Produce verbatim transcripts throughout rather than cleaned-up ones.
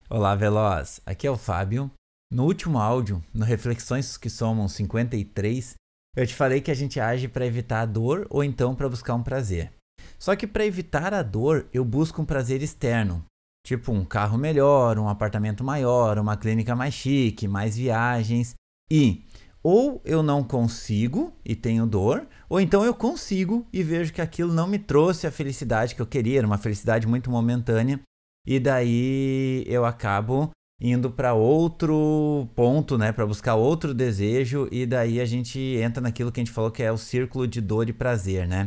Olá, Veloz. Aqui é o Fábio. No último áudio, no Reflexões que Somam cinquenta e três, eu te falei que a gente age para evitar a dor ou então para buscar um prazer. Só que para evitar a dor, eu busco um prazer externo, tipo um carro melhor, um apartamento maior, uma clínica mais chique, mais viagens. E ou eu não consigo e tenho dor, ou então eu consigo e vejo que aquilo não me trouxe a felicidade que eu queria, era uma felicidade muito momentânea. E daí eu acabo indo para outro ponto, né, para buscar outro desejo, e daí a gente entra naquilo que a gente falou que é o círculo de dor e prazer, né?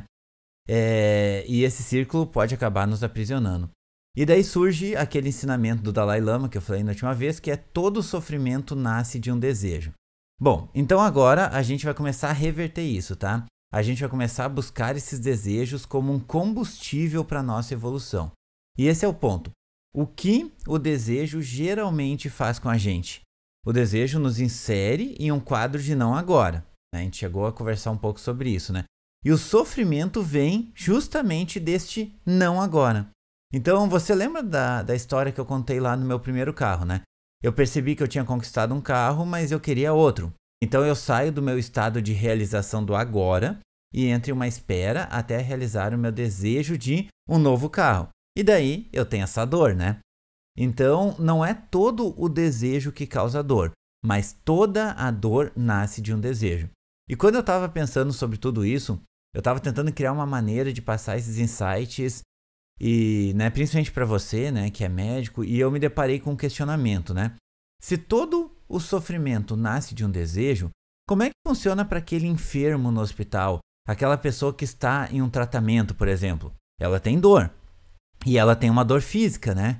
É, e esse círculo pode acabar nos aprisionando. E daí surge aquele ensinamento do Dalai Lama que eu falei na última vez, que é todo sofrimento nasce de um desejo. Bom, então agora a gente vai começar a reverter isso, tá? A gente vai começar a buscar esses desejos como um combustível para nossa evolução. E esse é o ponto. O que o desejo geralmente faz com a gente? O desejo nos insere em um quadro de não agora. Né? A gente chegou a conversar um pouco sobre isso, né? E o sofrimento vem justamente deste não agora. Então, você lembra da, da história que eu contei lá no meu primeiro carro, né? Eu percebi que eu tinha conquistado um carro, mas eu queria outro. Então, eu saio do meu estado de realização do agora e entro em uma espera até realizar o meu desejo de um novo carro. E daí eu tenho essa dor, né? Então, não é todo o desejo que causa dor, mas toda a dor nasce de um desejo. E quando eu estava pensando sobre tudo isso, eu estava tentando criar uma maneira de passar esses insights, e, né, principalmente para você, né, que é médico, e eu me deparei com um questionamento, né? Se todo o sofrimento nasce de um desejo, como é que funciona para aquele enfermo no hospital? Aquela pessoa que está em um tratamento, por exemplo. Ela tem dor. E ela tem uma dor física, né?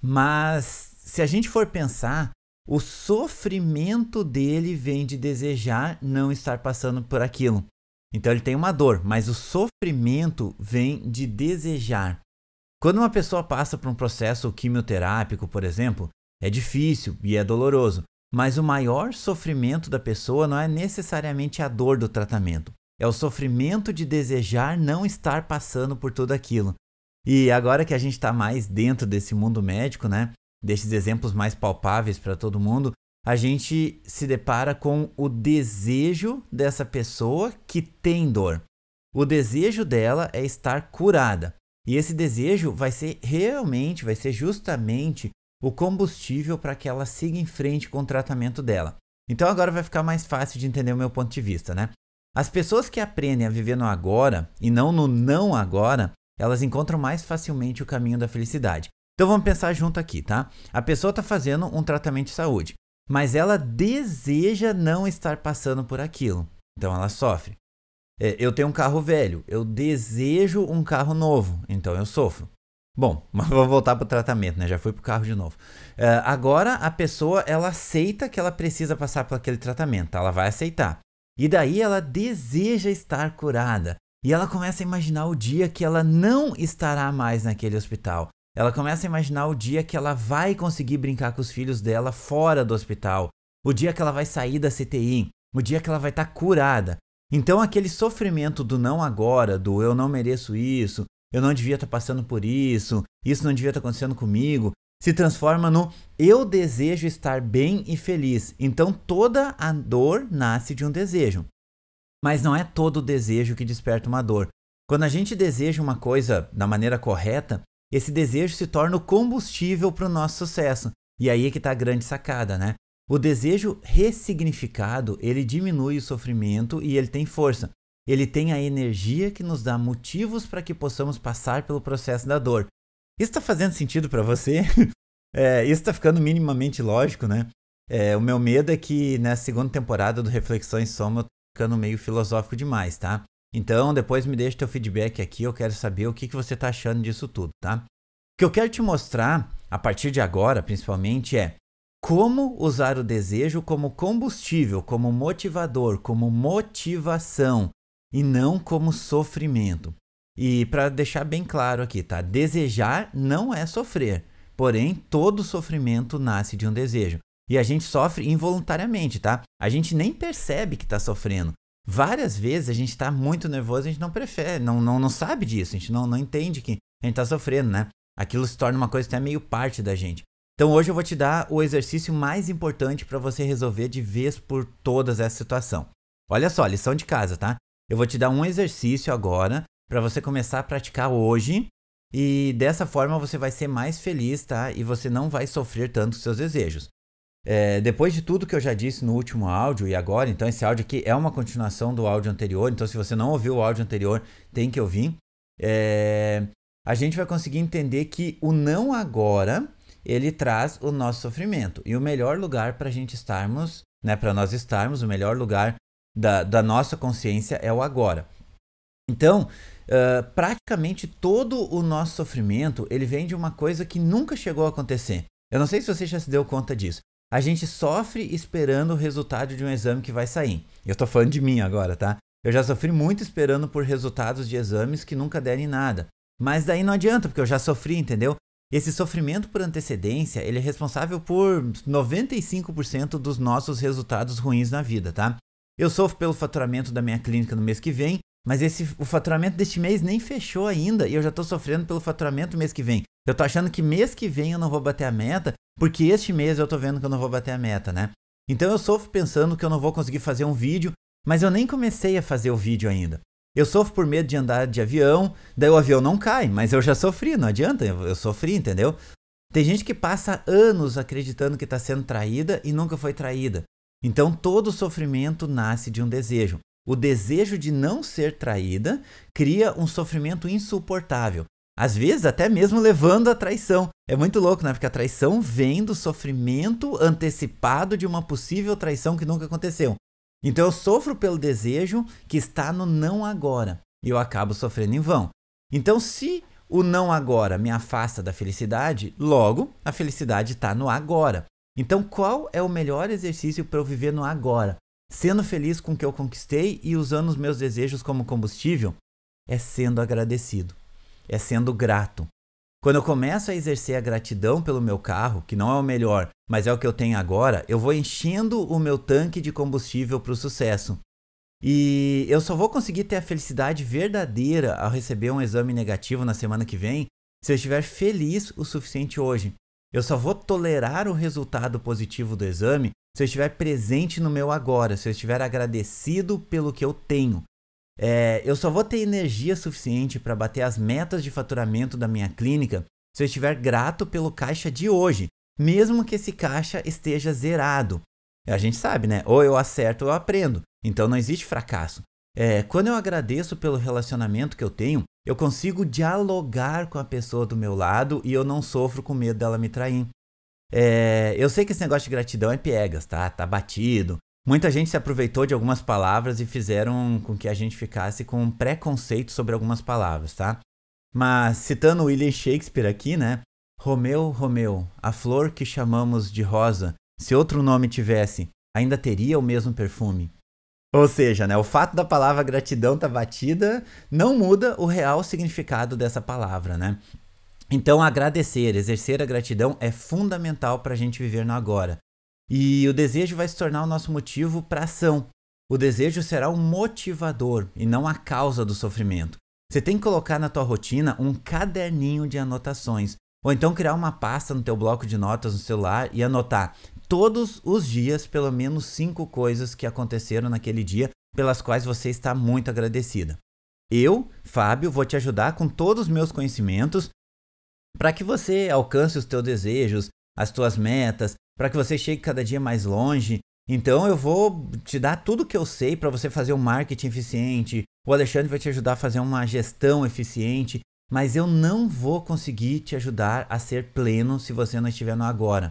Mas se a gente for pensar, o sofrimento dele vem de desejar não estar passando por aquilo. Então ele tem uma dor, mas o sofrimento vem de desejar. Quando uma pessoa passa por um processo quimioterápico, por exemplo, é difícil e é doloroso, mas o maior sofrimento da pessoa não é necessariamente a dor do tratamento, é o sofrimento de desejar não estar passando por tudo aquilo. E agora que a gente está mais dentro desse mundo médico, né, desses exemplos mais palpáveis para todo mundo, a gente se depara com o desejo dessa pessoa que tem dor. O desejo dela é estar curada. E esse desejo vai ser realmente, vai ser justamente o combustível para que ela siga em frente com o tratamento dela. Então agora vai ficar mais fácil de entender o meu ponto de vista, né? As pessoas que aprendem a viver no agora e não no não agora, elas encontram mais facilmente o caminho da felicidade. Então vamos pensar junto aqui, tá? A pessoa está fazendo um tratamento de saúde, mas ela deseja não estar passando por aquilo. Então ela sofre. É, eu tenho um carro velho, eu desejo um carro novo, então eu sofro. Bom, mas vou voltar para o tratamento, né? Já fui para o carro de novo. É, agora a pessoa, ela aceita que ela precisa passar por aquele tratamento, ela vai aceitar. E daí ela deseja estar curada. E ela começa a imaginar o dia que ela não estará mais naquele hospital. Ela começa a imaginar o dia que ela vai conseguir brincar com os filhos dela fora do hospital. O dia que ela vai sair da C T I. O dia que ela vai estar curada. Então aquele sofrimento do não agora, do eu não mereço isso, eu não devia estar passando por isso, isso não devia estar acontecendo comigo, se transforma no eu desejo estar bem e feliz. Então toda a dor nasce de um desejo. Mas não é todo o desejo que desperta uma dor. Quando a gente deseja uma coisa da maneira correta, esse desejo se torna o combustível para o nosso sucesso. E aí é que está a grande sacada, né? O desejo ressignificado, ele diminui o sofrimento e ele tem força. Ele tem a energia que nos dá motivos para que possamos passar pelo processo da dor. Isso está fazendo sentido para você? é, isso está ficando minimamente lógico, né? É, o meu medo é que nessa segunda temporada do Reflexões Soma ficando meio filosófico demais, tá? Então, depois me deixa teu feedback aqui, eu quero saber o que, que você tá achando disso tudo, tá? O que eu quero te mostrar, a partir de agora, principalmente, é como usar o desejo como combustível, como motivador, como motivação, e não como sofrimento. E para deixar bem claro aqui, tá? Desejar não é sofrer, porém, todo sofrimento nasce de um desejo. E a gente sofre involuntariamente, tá? A gente nem percebe que está sofrendo. Várias vezes a gente está muito nervoso, a gente não prefere, não, não, não sabe disso, a gente não, não entende que a gente está sofrendo, né? Aquilo se torna uma coisa até meio parte da gente. Então hoje eu vou te dar o exercício mais importante para você resolver de vez por todas essa situação. Olha só, lição de casa, tá? Eu vou te dar um exercício agora para você começar a praticar hoje e dessa forma você vai ser mais feliz, tá? E você não vai sofrer tanto os seus desejos. É, depois de tudo que eu já disse no último áudio e agora, então esse áudio aqui é uma continuação do áudio anterior, então se você não ouviu o áudio anterior, tem que ouvir. É, a gente vai conseguir entender que o não agora, ele traz o nosso sofrimento. E o melhor lugar para a gente estarmos, né, para nós estarmos, o melhor lugar da, da nossa consciência é o agora. Então, uh, praticamente todo o nosso sofrimento, ele vem de uma coisa que nunca chegou a acontecer. Eu não sei se você já se deu conta disso. A gente sofre esperando o resultado de um exame que vai sair. Eu tô falando de mim agora, tá? Eu já sofri muito esperando por resultados de exames que nunca deram em nada. Mas daí não adianta, porque eu já sofri, entendeu? Esse sofrimento por antecedência, ele é responsável por noventa e cinco por cento dos nossos resultados ruins na vida, tá? Eu sofro pelo faturamento da minha clínica no mês que vem, mas esse, o faturamento deste mês nem fechou ainda e eu já tô sofrendo pelo faturamento do mês que vem. Eu tô achando que mês que vem eu não vou bater a meta, porque este mês eu tô vendo que eu não vou bater a meta, né? Então eu sofro pensando que eu não vou conseguir fazer um vídeo, mas eu nem comecei a fazer o vídeo ainda. Eu sofro por medo de andar de avião, daí o avião não cai, mas eu já sofri, não adianta, eu sofri, entendeu? Tem gente que passa anos acreditando que está sendo traída e nunca foi traída. Então todo sofrimento nasce de um desejo. O desejo de não ser traída cria um sofrimento insuportável. Às vezes até mesmo levando à traição. É muito louco, né? Porque a traição vem do sofrimento antecipado de uma possível traição que nunca aconteceu. Então eu sofro pelo desejo que está no não agora. E eu acabo sofrendo em vão. Então se o não agora me afasta da felicidade, logo a felicidade está no agora. Então qual é o melhor exercício para eu viver no agora? Sendo feliz com o que eu conquistei e usando os meus desejos como combustível? É sendo agradecido. É sendo grato. Quando eu começo a exercer a gratidão pelo meu carro, que não é o melhor, mas é o que eu tenho agora, eu vou enchendo o meu tanque de combustível para o sucesso. E eu só vou conseguir ter a felicidade verdadeira ao receber um exame negativo na semana que vem se eu estiver feliz o suficiente hoje. Eu só vou tolerar o resultado positivo do exame se eu estiver presente no meu agora, se eu estiver agradecido pelo que eu tenho. É, eu só vou ter energia suficiente para bater as metas de faturamento da minha clínica se eu estiver grato pelo caixa de hoje, mesmo que esse caixa esteja zerado. A gente sabe, né? Ou eu acerto ou eu aprendo. Então não existe fracasso. É, quando eu agradeço pelo relacionamento que eu tenho, eu consigo dialogar com a pessoa do meu lado e eu não sofro com medo dela me trair. É, eu sei que esse negócio de gratidão é piegas, tá? Tá batido. Muita gente se aproveitou de algumas palavras e fizeram com que a gente ficasse com um preconceito sobre algumas palavras, tá? Mas citando William Shakespeare aqui, né? Romeu, Romeu, a flor que chamamos de rosa, se outro nome tivesse, ainda teria o mesmo perfume. Ou seja, né, o fato da palavra gratidão estar batida não muda o real significado dessa palavra, né? Então agradecer, exercer a gratidão é fundamental para a gente viver no agora. E o desejo vai se tornar o nosso motivo para ação. O desejo será um motivador e não a causa do sofrimento. Você tem que colocar na tua rotina um caderninho de anotações. Ou então criar uma pasta no teu bloco de notas no celular e anotar todos os dias pelo menos cinco coisas que aconteceram naquele dia pelas quais você está muito agradecida. Eu, Fábio, vou te ajudar com todos os meus conhecimentos para que você alcance os teus desejos, as tuas metas, para que você chegue cada dia mais longe. Então eu vou te dar tudo que eu sei para você fazer um marketing eficiente. O Alexandre vai te ajudar a fazer uma gestão eficiente, mas eu não vou conseguir te ajudar a ser pleno se você não estiver no agora.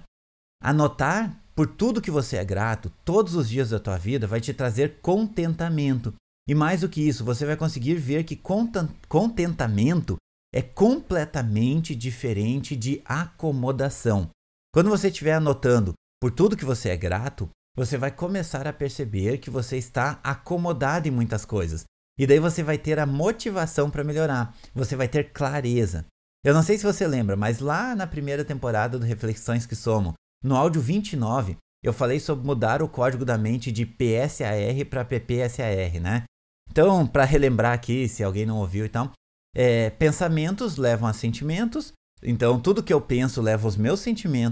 Anotar por tudo que você é grato todos os dias da tua vida vai te trazer contentamento. E mais do que isso, você vai conseguir ver que contentamento é completamente diferente de acomodação. Quando você estiver anotando por tudo que você é grato, você vai começar a perceber que você está acomodado em muitas coisas. E daí você vai ter a motivação para melhorar. Você vai ter clareza. Eu não sei se você lembra, mas lá na primeira temporada do Reflexões que Somos, no áudio vinte e nove, eu falei sobre mudar o código da mente de P S A R para P P S A R, né? Então, para relembrar aqui, se alguém não ouviu e tal, é, pensamentos levam a sentimentos. Então, tudo que eu penso leva aos meus sentimentos.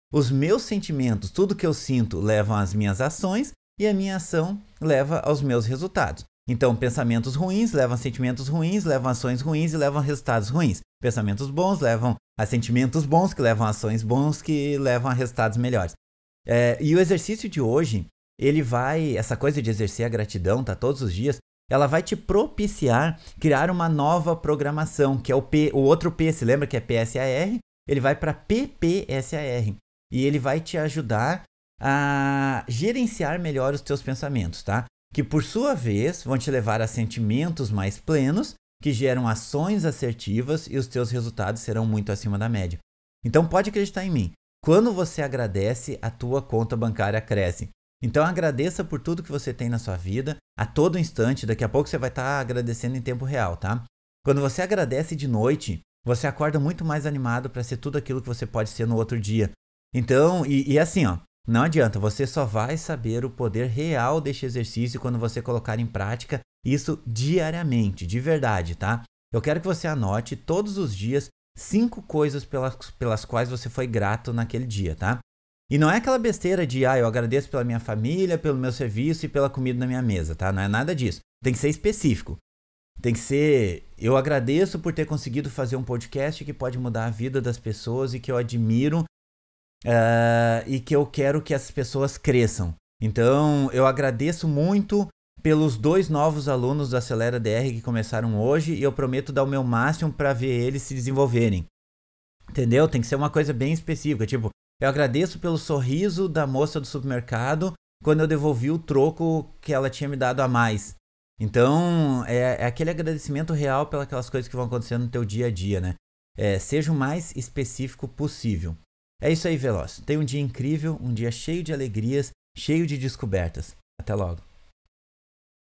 Os meus sentimentos, tudo que eu sinto, levam às minhas ações e a minha ação leva aos meus resultados. Então, pensamentos ruins levam a sentimentos ruins, levam a ações ruins e levam a resultados ruins. Pensamentos bons levam a sentimentos bons, que levam a ações bons, que levam a resultados melhores. É, e o exercício de hoje, ele vai, essa coisa de exercer a gratidão, tá, todos os dias, ela vai te propiciar criar uma nova programação, que é o P, o outro P, se lembra que é P S A R? Ele vai para P P S A R. E ele vai te ajudar a gerenciar melhor os teus pensamentos, tá? Que por sua vez vão te levar a sentimentos mais plenos, que geram ações assertivas e os teus resultados serão muito acima da média. Então pode acreditar em mim, quando você agradece, a tua conta bancária cresce. Então agradeça por tudo que você tem na sua vida, a todo instante, daqui a pouco você vai estar agradecendo em tempo real, tá? Quando você agradece de noite, você acorda muito mais animado para ser tudo aquilo que você pode ser no outro dia. Então, e, e assim, ó, não adianta, você só vai saber o poder real deste exercício quando você colocar em prática isso diariamente, de verdade, tá? Eu quero que você anote todos os dias cinco coisas pelas, pelas quais você foi grato naquele dia, tá? E não é aquela besteira de, ah, eu agradeço pela minha família, pelo meu serviço e pela comida na minha mesa, tá? Não é nada disso. Tem que ser específico. Tem que ser, eu agradeço por ter conseguido fazer um podcast que pode mudar a vida das pessoas e que eu admiro uh, e que eu quero que essas pessoas cresçam. Então, eu agradeço muito pelos dois novos alunos do Acelera D R que começaram hoje e eu prometo dar o meu máximo para ver eles se desenvolverem. Entendeu? Tem que ser uma coisa bem específica, tipo, eu agradeço pelo sorriso da moça do supermercado quando eu devolvi o troco que ela tinha me dado a mais. Então, é, é aquele agradecimento real pelas coisas que vão acontecendo no teu dia a dia, né? É, seja o mais específico possível. É isso aí, Veloz. Tenha um dia incrível, um dia cheio de alegrias, cheio de descobertas. Até logo.